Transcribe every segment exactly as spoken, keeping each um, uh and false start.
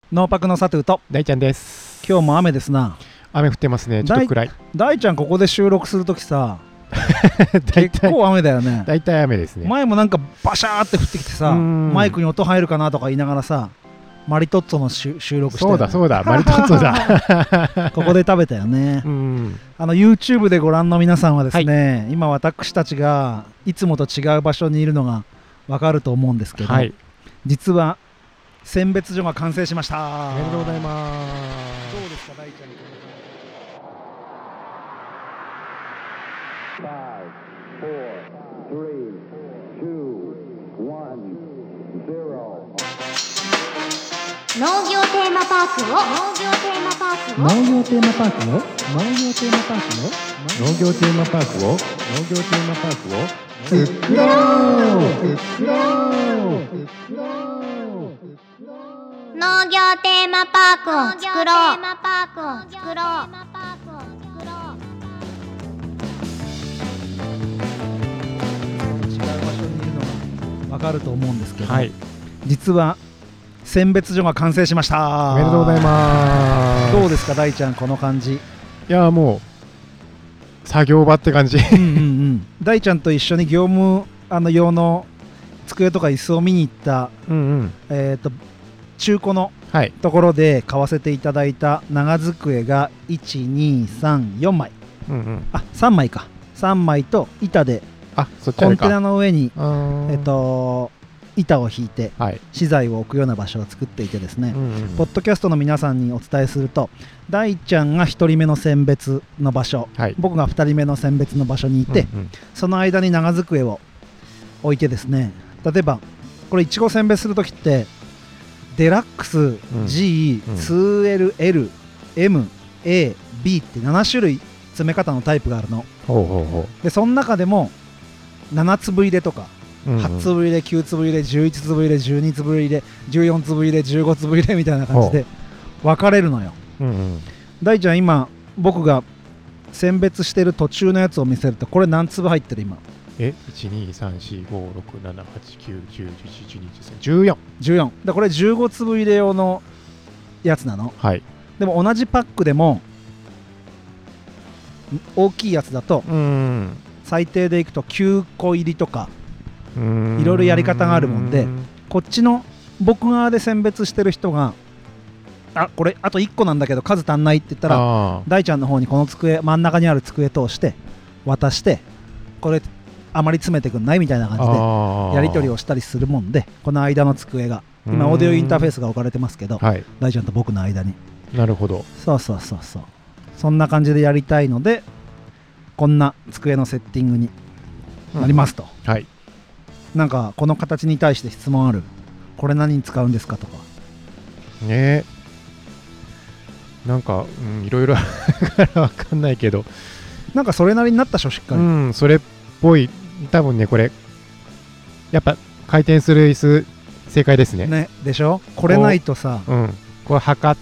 ノーパクのサトゥーと大ちゃんです。 今日も雨ですな。 雨降ってますね。ちょっと暗い。 大ちゃんここで収録するときさ結構雨だよね。 大体雨ですね。 前もなんかバシャーって降ってきてさ、マイクに音入るかなとか言いながらさ、マリトッツォの収録して、ね、 そうだそうだマリトッツォだここで食べたよね。 うんあの YouTube でご覧の皆さんはですね、はい、今私たちがいつもと違う場所にいるのがわかると思うんですけど、はい、実は選別所が完成しました。 おめでとうございます。 どうですか大ちゃん。 農業テーマパークを農業テーマパークを農業テーマパークを農業テーマパークを農業テーマパークを農業テーマパークを作ろう作ろう作ろう農業テーマパークを作ろうテーマパークを作ろう違う場所にいるのがわかると思うんですけど、 はい、 実は選別所が完成しました。 おめでとうございます。 どうですか大ちゃんこの感じ。 いやもう作業場って感じうんうん、うん、大ちゃんと一緒に業務あの用の机とか椅子を見に行った、 うんうん、 えーと中古のはいところで買わせていただいた長机がいち、に、さん、よんまい、 うんうん、 あさんまいかさんまいと板であそっちコンテナの上にえっと板を引いて、 はい、 資材を置くような場所を作っていてですね、 うんうん、 ポッドキャストの皆さんにお伝えすると大ちゃんがひとりめの選別の場所、はい、僕がふたりめの選別の場所にいて、うんうん、その間に長机を置いてですね、例えばこれいちご選別するときってデラックス、G、ツーエル、L、M、A、B ってななしゅるい詰め方のタイプがあるの。 ほうほうほう。 でその中でもななつぶ入れとかはちつぶ入れ、きゅうつぶ入れ、じゅういちつぶ入れ、じゅうにつぶ入れ、じゅうよんつぶ入れ、じゅうごつぶ入れみたいな感じで分かれるのよ。うんうん、大ちゃん今僕が選別してる途中のやつを見せるとこれ何粒入ってる今。 えいち、に、さん、よん、ご、ろく、なな、はち、きゅう、じゅう、じゅういち、じゅうに、じゅうさん、じゅうよん。 じゅうよんだこれじゅうごつぶ入れ用のやつなの。 はい。でも同じパックでも大きいやつだと最低でいくときゅうこ入りとかいろいろやり方があるもんで、こっちの僕側で選別してる人があこれあといっこなんだけど数足んないって言ったら大ちゃんの方にこの机真ん中にある机通して渡してこれあまり詰めてくんないみたいな感じでやり取りをしたりするもんで、この間の机が今オーディオインターフェースが置かれてますけど、はい、大ちゃんと僕の間に。 なるほど。 そうそうそうそう、そんな感じでやりたいのでこんな机のセッティングになりますと、 うん、はい。なんかこの形に対して質問ある？これ何に使うんですかとかねえ、なんか、うん、いろいろわかんないけどなんかそれなりになったでしょしっかり。 うんそれっぽい。多分ねこれやっぱ回転する椅子正解ですね。 ねでしょ。これないとさこう、うん、これ測って、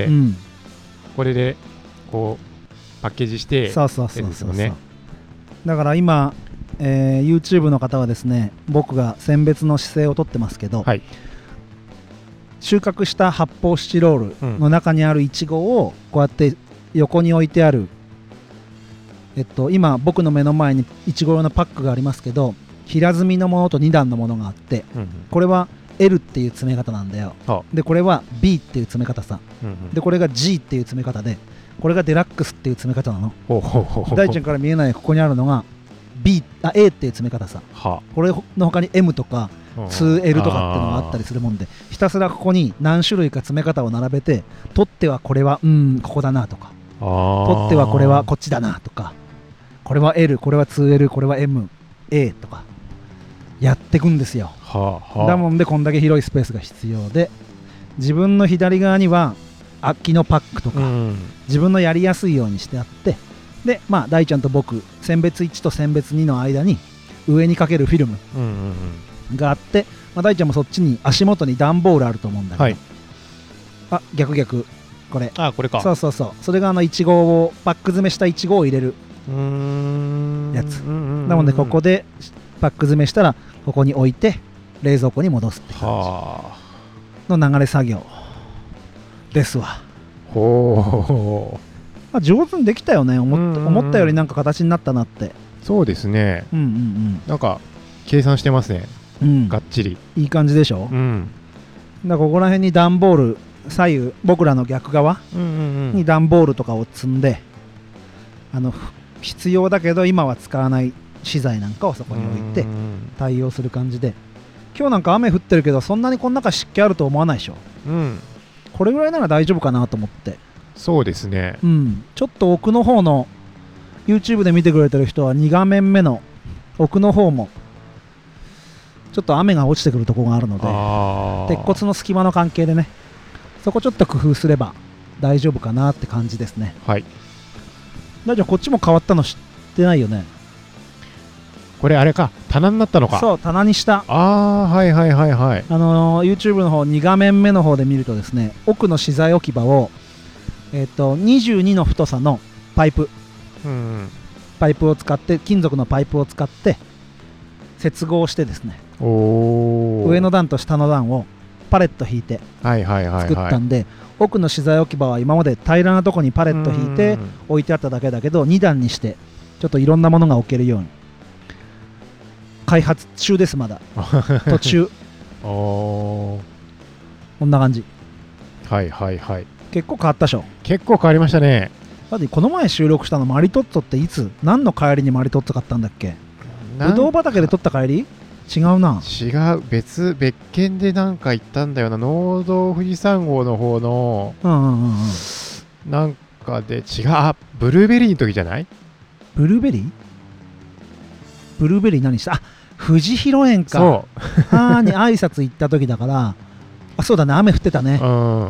うん、これでこうパッケージしてそうそうそうそう、ね、だから今、えー、YouTube の方はですね僕が選別の姿勢をとってますけど、はい、収穫した発泡スチロールの中にあるイチゴをこうやって横に置いてある、えっと、今僕の目の前にイチゴ用のパックがありますけど平積みのものとに段のものがあって、うんうん、これは L っていう詰め方なんだよ。でこれは B っていう詰め方さ、うんうん、でこれが G っていう詰め方でこれがデラックスっていう詰め方なの。ほうほうほうほう。大ちゃんから見えないここにあるのが B あ A っていう詰め方さ、はあ、これの他に M とか ツーエル とかっていうのがあったりするもんでひたすらここに何種類か詰め方を並べて取ってはこれはうんここだなとか取ってはこれはこっちだなとかこれは L これは ツーエル これは エムエー とかやってくんですよ、はあはあ、だもんでこんだけ広いスペースが必要で自分の左側には空きのパックとか、うん、自分のやりやすいようにしてあってでまあ大ちゃんと僕選別いちと選別にの間に上にかけるフィルムがあって、まあ、大ちゃんもそっちに足元に段ボールあると思うんだけど、はい、あ逆逆これあこれかそうそうそうそれがあのいちごをパック詰めしたいちごを入れるやつなのでここでパック詰めしたらここに置いて冷蔵庫に戻すって感じの流れ作業ですわ。 ほう、 まあ、上手にできたよね。思った、思ったよりなんか形になったなって。 そうですね、 うんうんうん、 なんか計算してますね、 うん、 がっちりいい感じでしょ、うん、だからここら辺に段ボール、左右僕らの逆側に段ボールとかを積んで、あの必要だけど今は使わない資材なんかをそこに置いて対応する感じで、今日なんか雨降ってるけどそんなにこの中湿気あると思わないでしょ、うん、これぐらいなら大丈夫かなと思って。 そうですね、 うん、ちょっと奥の方の YouTube で見てくれてる人はに画面目の奥の方もちょっと雨が落ちてくるところがあるので、鉄骨の隙間の関係でね、そこちょっと工夫すれば大丈夫かなって感じですね。 はい。 だじゃあこっちも変わったの知ってないよね。 これあれか、棚になったのか。 そう、棚にした。 ああ、はいはいはいはい。 あのー、YouTube の方に画面目の方で見るとですね、奥の資材置き場をえっとにじゅうにの太さのパイプ、うん、パイプを使って金属のパイプを使って接合してですね、お上の段と下の段をパレット引いて作ったんで、奥の資材置き場は今まで平らなとこにパレット引いて置いてあっただけだけど、に段にしてちょっといろんなものが置けるように開発中です。まだ途中こんな感じ。 はいはいはい。 結構変わったでしょ。 結構変わりましたね。 だってこの前収録したのマリトッツォっていつ、何の帰りにマリトッツォ買ったんだっけ。ぶどう畑で取った帰り。違うな。 違う、別別件でなんか行ったんだよな。農道富士山号の方の、うんうんうんうん、なんかで違う。あ、ブルーベリーの時じゃない。 ブルーベリーブルーベリー何した。あ、富士広園か。そうあに挨拶行った時だからあ、そうだね、雨降ってたね、うん、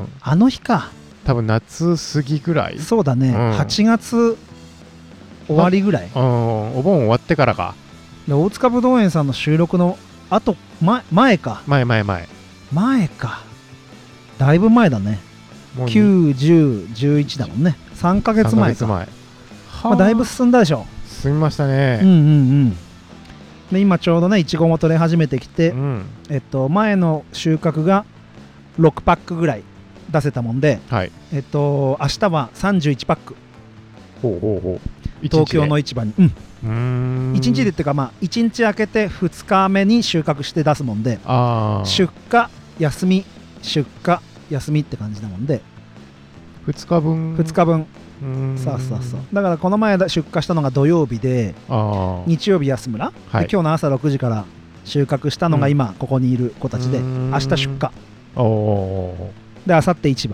あの日か。 多分夏過ぎぐらい。 そうだね、うん、はちがつ終わりぐらい、 うん、お盆終わってからか。 で大塚ぶどう園さんの収録のあと前前か前前前前かだいぶ前だね。きゅう、じゅう、じゅういちだもんね。さんかげつまえか。さんかげつまえ、まあ、だいぶ進んだでしょ。 進みましたね。 うんうんうん。で今ちょうどねいちごも取れ始めてきて、うん、えっと前の収穫がろくパックぐらい出せたもんで、はい、えっと明日はさんじゅういちパック。 ほうほうほう。 東京の市場に、うん、うーんいちにちでっていうか、まあ、いちにち空けてふつかめに収穫して出すもんで、あ出荷休み出荷休みって感じなもんでふつかぶんふつかぶん。そうそうそう。だからこの前出荷したのが土曜日で、あ日曜日安村、はい、で今日の朝ろくじから収穫したのが今ここにいる子たちで、明日出荷おで明後日市場。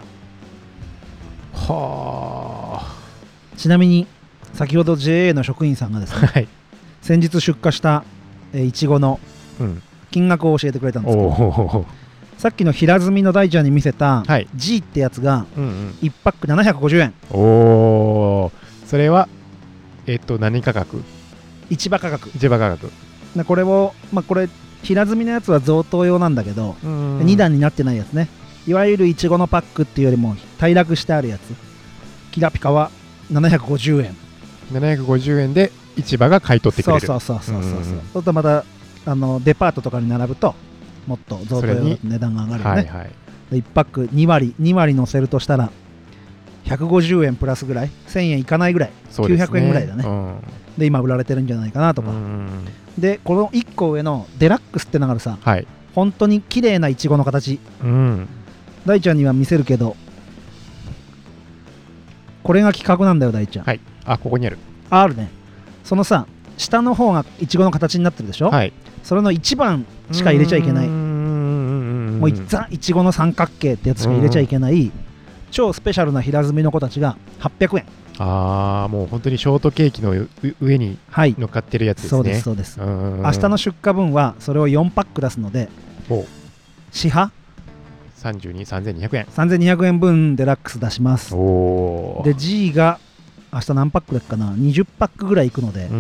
はあ。ちなみに先ほど ジェーエー の職員さんがですね、はい、先日出荷したいちごの金額を教えてくれたんですけど、うん、さっきの平積みの大ちゃんに見せた G ってやつがいちパックななひゃくごじゅうえん、うんうん、 おー、それはえっと何価格。 市場価格。 市場価格でこれを、まあ、これ平積みのやつは贈答用なんだけど、うんうん、に段になってないやつね、いわゆるいちごのパックっていうよりも平らくしてあるやつ、キラピカはななひゃくごじゅうえん。 ななひゃくごじゅうえんで市場が買い取ってくれる。 そうそうそうそうそう。そうするとまたあのデパートとかに並ぶともっと贈答用の値段が上がるよね。はいはい、でいちパックに割に割乗せるとしたらひゃくごじゅうえんプラスぐらい、せんえんいかないぐらい、ね、きゅうひゃくえんぐらいだね、うん、で今売られてるんじゃないかなとか、うん、でこのいっこ上のデラックスってのがあるさ、はい、本当に綺麗ないちごの形、うん、大ちゃんには見せるけどこれが規格なんだよ大ちゃん。 はい、あ、ここにある。 ああるね。そのさ下の方がいちごの形になってるでしょ、はい、それのいちばんしか入れちゃいけない、もうザいちごの三角形ってやつしか入れちゃいけない超スペシャルな平積みの子たちがはっぴゃくえん。 ああ、もう本当にショートケーキの上に乗っかってるやつですね。 そうですそうです。明日の出荷分はそれをよんパック出すので、市販さんじゅうに、さんぜんにひゃくえんさんぜんにひゃくえん分デラックス出します。おで G が明日何パックだっけかな、にじゅっパックぐらいいくので、うん、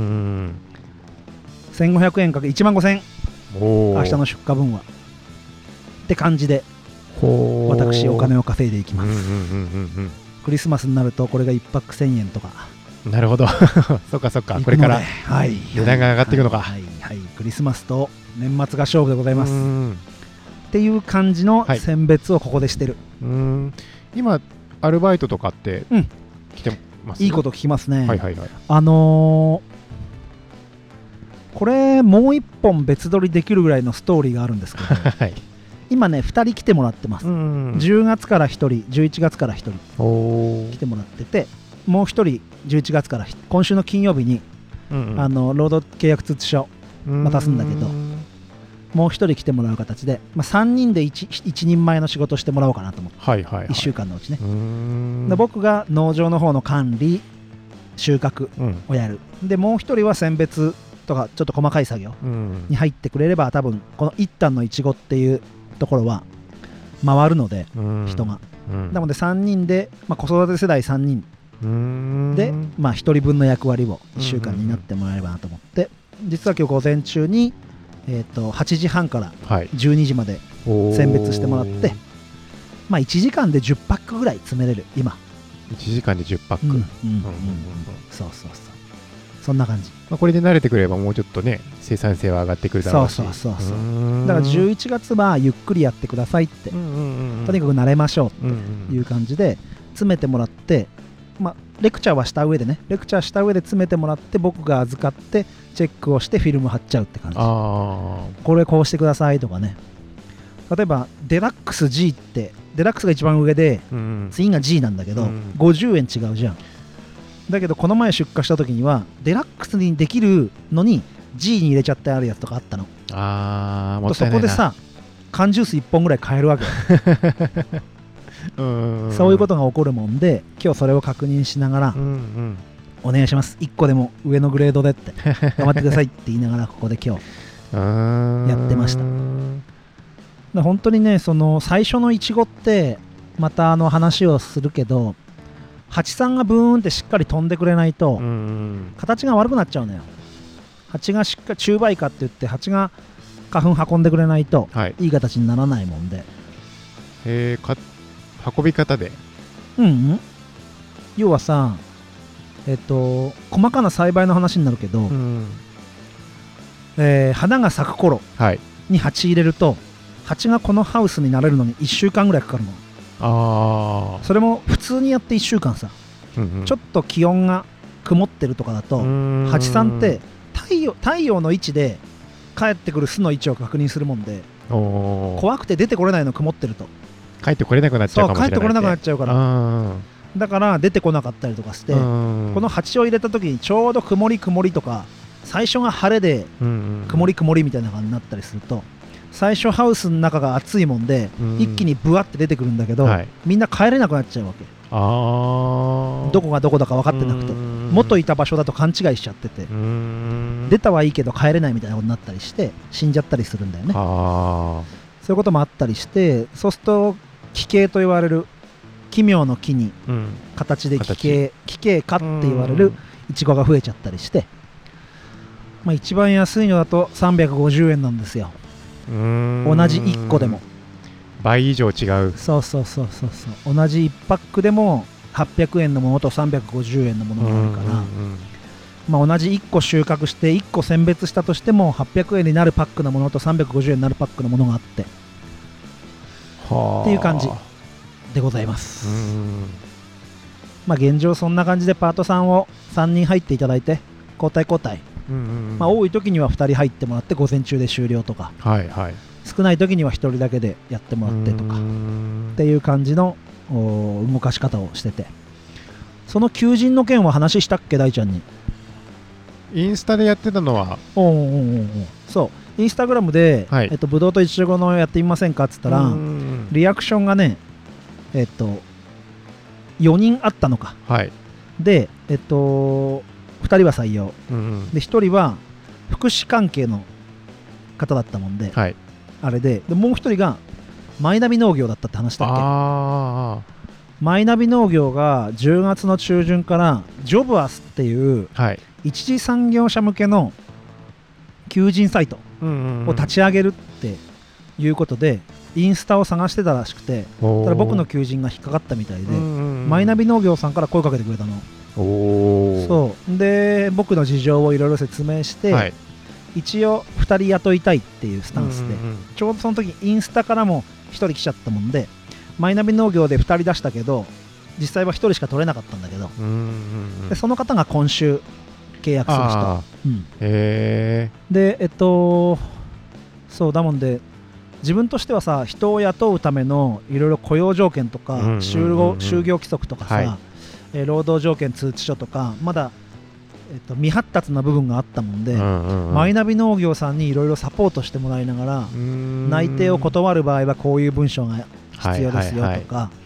せんごひゃくえんかけいちまんごせん、明日の出荷分はって感じで私お金を稼いでいきます。クリスマスになるとこれがいちパックせんえんとか。 なるほどそっかそっか、これから値段が上がっていくのか。 はい、はいはい、クリスマスと年末が勝負でございますっていう感じの選別をここでしてる。 うん、 今アルバイトとかって来てます、 いいこと聞きますね。 はいはいはい。 あのー、これもう一本別撮りできるぐらいのストーリーがあるんですけど、はい、今ねふたり来てもらってます。じゅうがつからひとり、じゅういちがつからひとり来てもらってて、もうひとりじゅういちがつから今週の金曜日に、うんうん、あの労働契約通知書渡すんだけど、もうひとり来てもらう形で、まあ、さんにんで 1, 一人前の仕事してもらおうかなと思って、はいはいはい、いっしゅうかんのうちね。うーんで僕が農場の方の管理収穫をやる、うん、でもうひとりは選別とかちょっと細かい作業に入ってくれれば、多分この一反のいちごっていうところは回るので、人が、うん、なのでさんにんで、まあ、子育て世代さんにんで、まあ、ひとりぶんの役割をいっしゅうかんになってもらえればなと思って、実は今日午前中にえー、とはちじはんからじゅうにじまで選別してもらって、はい、まあ、いちじかんでじゅっパックぐらい詰めれる今。 いちじかんでじゅっパック、うんうんうんうん、 そうそうそう、そんな感じ。 まあ、これで慣れてくればもうちょっとね生産性は上がってくるだろうし、 そうそうそうそう、だからじゅういちがつはゆっくりやってくださいって、うんうんうん、とにかく慣れましょうっていう感じで詰めてもらって、まあ、レクチャーはした上でねレクチャーした上で詰めてもらって、僕が預かってチェックをしてフィルム貼っちゃうって感じ。あ、これこうしてくださいとかね。例えばデラックス G ってデラックスが一番上で、うん、次が G なんだけど、うん、ごじゅうえん違うじゃん。だけどこの前出荷した時にはデラックスにできるのに G に入れちゃってあるやつとかあったの。あー、もったいないな。そこでさ缶ジュースいっぽんぐらい買えるわけうんそういうことが起こるもんで、今日それを確認しながら、うんうん、お願いします、いっこでも上のグレードでって頑張ってくださいって言いながらここで今日やってました。で本当にね、その最初のイチゴってまたあの話をするけど、蜂さんがブーンってしっかり飛んでくれないと形が悪くなっちゃうのよ。蜂がしっかり中梅花って言って蜂が花粉運んでくれないといい形にならないもんで、はい、 へーか運び方で、 うん、うん、要はさ、えっと細かな栽培の話になるけど、うん、えー、花が咲く頃に鉢入れると、はい、鉢がこのハウスになれるのにいっしゅうかんぐらいかかるの。あそれも普通にやっていっしゅうかんさ、うんうん、ちょっと気温が曇ってるとかだと蜂さんって太陽、太陽の位置で帰ってくる巣の位置を確認するもんで、怖くて出てこれないの、曇ってると帰ってこれなくなっちゃうかもしれないって。そう、帰ってこれなくなっちゃうから、だから出てこなかったりとかして、この鉢を入れた時にちょうど曇り曇りとか、最初が晴れで曇り曇りみたいな感じになったりすると、最初ハウスの中が暑いもんで一気にブワって出てくるんだけど、はい、みんな帰れなくなっちゃうわけ。あどこがどこだか分かってなくて、元いた場所だと勘違いしちゃってて、出たはいいけど帰れないみたいなことになったりして死んじゃったりするんだよね。あそういうこともあったりして、そうすると奇形と言われる奇妙の木に形で奇形、奇形化って言われるイチゴが増えちゃったりして、まあ、一番安いのだとさんびゃくごじゅうえんなんですよ。うーん同じいっこでも倍以上違う。 そうそうそうそうそう、同じいちパックでもはっぴゃくえんのものとさんびゃくごじゅうえんのものがあるから、まあ、同じいっこ収穫していっこ選別したとしてもはっぴゃくえんになるパックのものとさんびゃくごじゅうえんになるパックのものがあって、はっていう感じでございます。うん、まあ、現状そんな感じでパートさんをさんにん入っていただいて交代交代、うんうんうん、まあ、多い時にはふたり入ってもらって午前中で終了とか、はいはい、少ない時にはひとりだけでやってもらってとかっていう感じの動かし方をしてて、その求人の件は話したっけ、大ちゃんに。 インスタでやってたのはおうおうおうおうそうインスタグラムで、はい、えっと、ブドウとイチゴのやってみませんかっつったらリアクションがね、えっとよにんあったのか、はい、で、えっとふたりは採用、うんうん、でひとりは福祉関係の方だったもんで、はい、あれ で, でもうひとりがマイナビ農業だったって話だっけ。あマイナビ農業がじゅうがつの中旬からジョブアスっていう、はい、一次産業者向けの求人サイトを立ち上げるっていうことでインスタを探してたらしくて、ただ僕の求人が引っかかったみたいで、マイナビ農業さんから声かけてくれたの。おそうで僕の事情をいろいろ説明して、はい、一応ふたり雇いたいっていうスタンスで、ちょうどその時インスタからもひとり来ちゃったもんで、 マイナビ農業でふたり出したけど実際はひとりしか取れなかったんだけど、 うんうんうん、 でその方が今週契約する人、うん、 へーでえっとそうだもんで自分としてはさ人を雇うためのいろいろ雇用条件とか、うんうんうんうん、就業、就業規則とかさ、はい、えー、労働条件通知書とかまだ、えっと、未発達な部分があったもんで、うんうんうん、マイナビ農業さんにいろいろサポートしてもらいながら内定を断る場合はこういう文章が必要ですよとか、はいはいはい、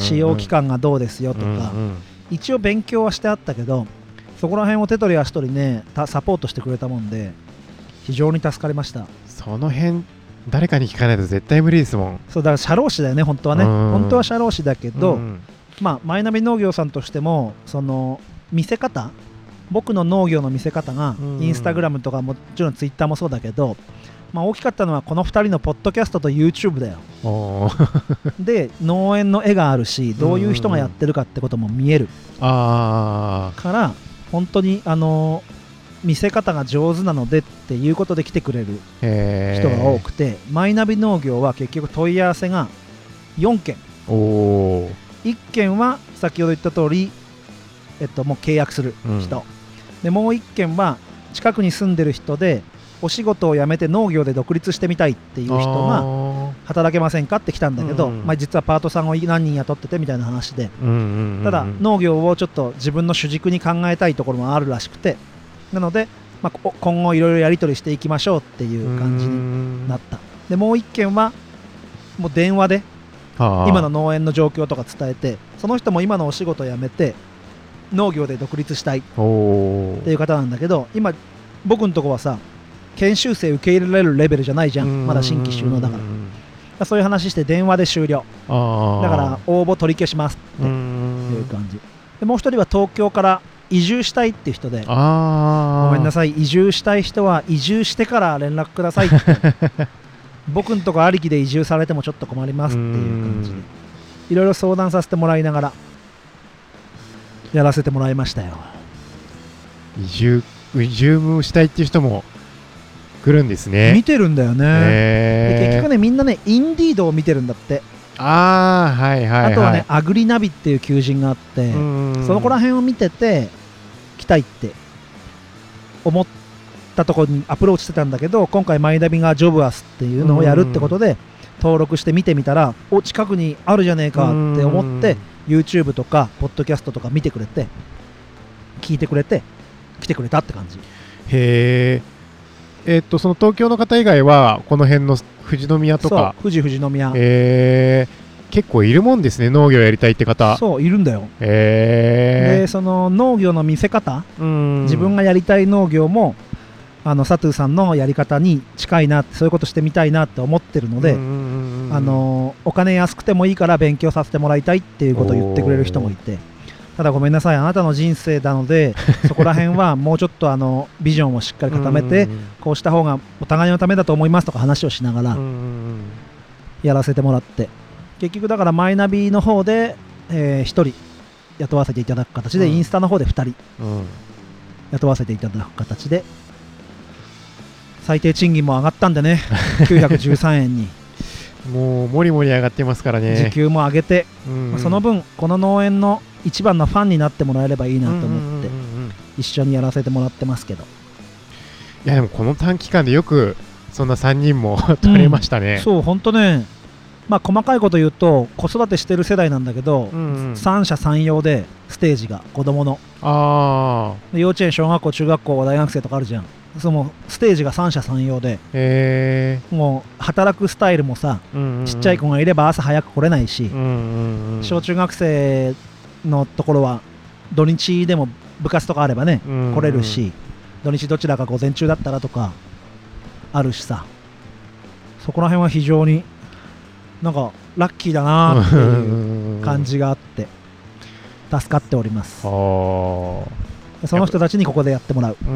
使用期間がどうですよとか、うんうん、一応勉強はしてあったけどそこら辺を手取り足取りねサポートしてくれたもんで非常に助かりました。 その辺誰かに聞かないと絶対無理ですもん。 そうだから社労士だよね本当はね、本当は社労士だけど、まあ、マイナビ農業さんとしてもその見せ方僕の農業の見せ方がインスタグラムとかもちろんツイッターもそうだけど、まあ、大きかったのはこのふたりのポッドキャストと YouTube だよで農園の絵があるしどういう人がやってるかってことも見えるあから本当にあの見せ方が上手なのでっていうことで来てくれる人が多くてマイナビ農業は結局問い合わせがよんけんおいっけんは先ほど言った通り、えっと、もう契約する人、うん、でもういっけんは近くに住んでる人でお仕事を辞めて農業で独立してみたいっていう人が働けませんかって来たんだけど、うんうんまあ、実はパートさんを何人雇っててみたいな話で、うんうんうんうん、ただ農業をちょっと自分の主軸に考えたいところもあるらしくてなので、まあ、今後いろいろやり取りしていきましょうっていう感じになった。でもういっけんはもう電話で今の農園の状況とか伝えてその人も今のお仕事を辞めて農業で独立したいっていう方なんだけど今僕のとこはさ研修生受け入れられるレベルじゃないじゃんまだ新規就農だからそういう話して電話で終了だから応募取り消しますっていう感じでもう一人は東京から移住したいっていう人でごめんなさい移住したい人は移住してから連絡くださいって僕のとこありきで移住されてもちょっと困りますっていう感じでいろいろ相談させてもらいながらやらせてもらいましたよ。 移住移住したいっていう人も来るんですね。 見てるんだよね。で結局ねみんなねインディードを見てるんだって。 あーはいはいはい。 あとはねアグリナビっていう求人があってそのこら辺を見てて来たいって思ったところにアプローチしてたんだけど今回マイナビがジョブアスっていうのをやるってことで登録して見てみたらお近くにあるじゃねえかって思って YouTube とかポッドキャストとか見てくれて聞いてくれて来てくれたって感じ。 へえ。えー、っとその東京の方以外はこの辺の富士宮とかそう富士富士宮へえ。結構いるもんですね農業やりたいって方。 そういるんだよ。 へえ。 でその農業の見せ方自分がやりたい農業もあの佐藤さんのやり方に近いなそういうことしてみたいなって思ってるのであのお金安くてもいいから勉強させてもらいたいっていうことを言ってくれる人もいてただごめんなさいあなたの人生なのでそこら辺はもうちょっとあのビジョンをしっかり固めてこうした方がお互いのためだと思いますとか話をしながらやらせてもらって結局だからマイナビの方で、えー、ひとり雇わせていただく形で、うん、インスタの方でふたり雇わせていただく形で最低賃金も上がったんでねきゅうひゃくじゅうさんえんにもうもりもり上がってますからね時給も上げて、うんうんまあ、その分この農園の一番のファンになってもらえればいいなと思って一緒にやらせてもらってますけどいやでもこの短期間でよくそんなさんにんも取れましたね、 うん、そう本当ねまあ細かいこと言うと子育てしてる世代なんだけど、うんうん、三者三様でステージが子供のあ幼稚園小学校中学校大学生とかあるじゃんそのステージが三者三様でへもう働くスタイルもさ、うんうんうん、ちっちゃい子がいれば朝早く来れないし、うんうんうん、小中学生のところは土日でも部活とかあればね、うんうん、来れるし土日どちらか午前中だったらとかあるしさそこら辺は非常になんかラッキーだなっていう感じがあって助かっておりますその人たちにここでやってもらう、うんうん、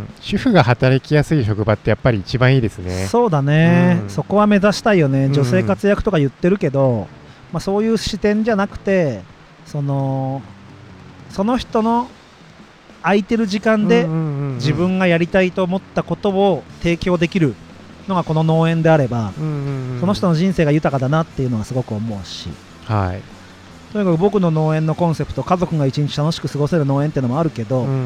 主婦が働きやすい職場ってやっぱり一番いいですねそうだね、うん、そこは目指したいよね女性活躍とか言ってるけど、まあ、そういう視点じゃなくてそのその人の空いてる時間で自分がやりたいと思ったことを提供できるのがこの農園であれば、うんうんうん、その人の人生が豊かだなっていうのはすごく思うしはい、 とにかく僕の農園のコンセプト、家族が一日楽しく過ごせる農園っていうのもあるけど、うんうんうん、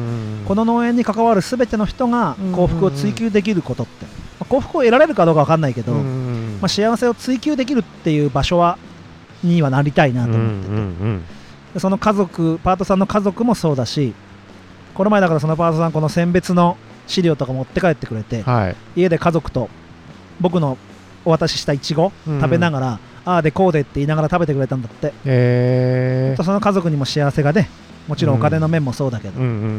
この農園に関わる全ての人が幸福を追求できることって、うんうんうん、まあ、幸福を得られるかどうか分かんないけど、うんうんうん、まあ、幸せを追求できるっていう場所はにはなりたいなと思ってて、うんうんうん、でその家族、パートさんの家族もそうだし、この前だからそのパートさんこの選別の資料とか持って帰ってくれて、はい、家で家族と僕のお渡ししたイチゴ食べながら、うん、ああでこうでって言いながら食べてくれたんだって、えー、その家族にも幸せがね、もちろんお金の面もそうだけど、うんうんうんうん、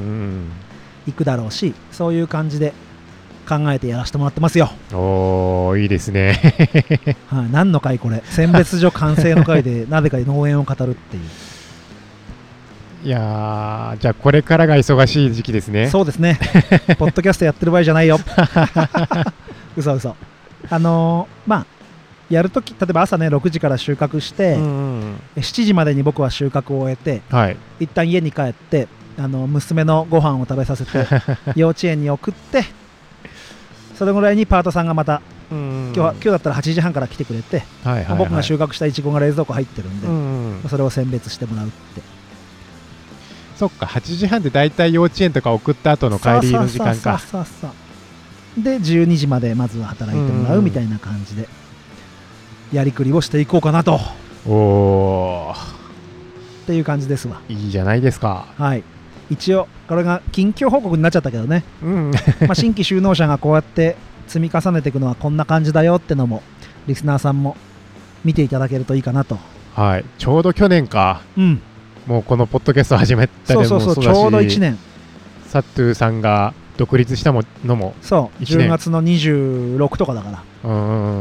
いくだろうし、そういう感じで考えてやらせてもらってますよ。 おー、いいですね、 はい、何の回これ、選別所完成の回でなぜか農園を語るっていう。 いやー、じゃあこれからが忙しい時期ですね。 そうですねポッドキャストやってる場合じゃないよ嘘嘘あのー、まあやるとき、例えば朝ねろくじから収穫して、うんうん、しちじまでに僕は収穫を終えて、はい、一旦家に帰ってあの娘のご飯を食べさせて幼稚園に送って、それぐらいにパートさんがまたうんうん、今日は今日だったらはちじはんから来てくれて、はいはいはい、僕が収穫したイチゴが冷蔵庫入ってるんで、うんうん、それを選別してもらうって。 そっか、はちじはんでだいたい幼稚園とか送った後の帰りの時間か。 そうそうそうそうでじゅうにじまでまずは働いてもらうみたいな感じでやりくりをしていこうかなと。おーっていう感じですわ。 いいじゃないですか。 はい、一応これが近況報告になっちゃったけどね、うんまあ新規就農者がこうやって積み重ねていくのはこんな感じだよってのもリスナーさんも見ていただけるといいかなと。 はい、ちょうど去年か、うん、もうこのポッドキャスト始めたのもそうだし、そうそうそう、ちょうどいちねん、サトゥーさんが独立したのもそうじゅうがつのにじゅうろくとかだから、うん、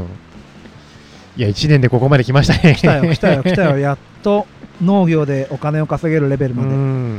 いやいちねんでここまで来ましたね。 来たよ来たよ来たよやっと農業でお金を稼げるレベルまで。うん、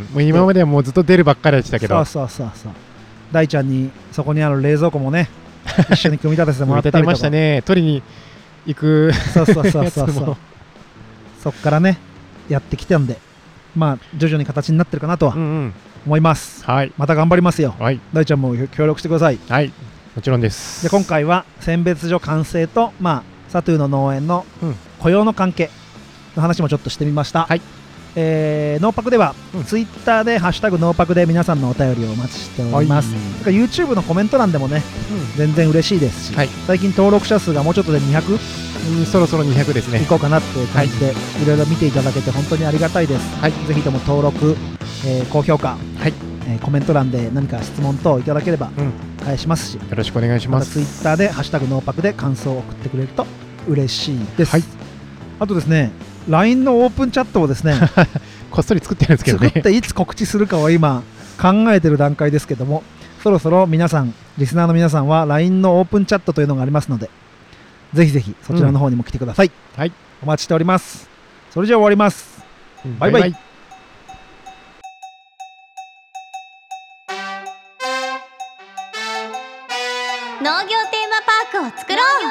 もう今まではもうずっと出るばっかりでしたけど、 そうそうそうそう、大ちゃんにそこにある冷蔵庫もね一緒に組み立ててもらったりとか組み立てましたね。取りに行くそうそうそうそうそうそっからねやってきたんで、まあ徐々に形になってるかなとは思います、うんうん、はい、また頑張りますよ、はい、大ちゃんも協力してください。 はい、もちろんです。 で今回は選別所完成と、まあ、サトゥーの農園の雇用の関係の話もちょっとしてみました、はい、えー、ノーパクでは、うん、ツイッターでハッシュタグノーパクで皆さんのお便りをお待ちしております、はい、だから YouTube のコメント欄でもね、うん、全然嬉しいですし、はい、最近登録者数がもうちょっとでにひゃく、 うん、そろそろにひゃくですね、 いこうかなっていう感じで、はい、いろいろ見ていただけて本当にありがたいです、はい、ぜひとも登録、えー、高評価、はい、えー、コメント欄で何か質問等いただければ返しますし、 うん、よろしくお願いします。 また Twitter でハッシュタグノーパクで感想を送ってくれると嬉しいです、はい、あとですね ライン のオープンチャットをですねこっそり作ってるんですけどね、 作っていつ告知するかは今考えてる段階ですけども、そろそろ皆さんリスナーの皆さんは ライン のオープンチャットというのがありますので、ぜひぜひそちらの方にも来てください、うん、はい、お待ちしております。それじゃあ終わります、うん、バイバイ、バイバイ。 農業テーマパークを作ろう。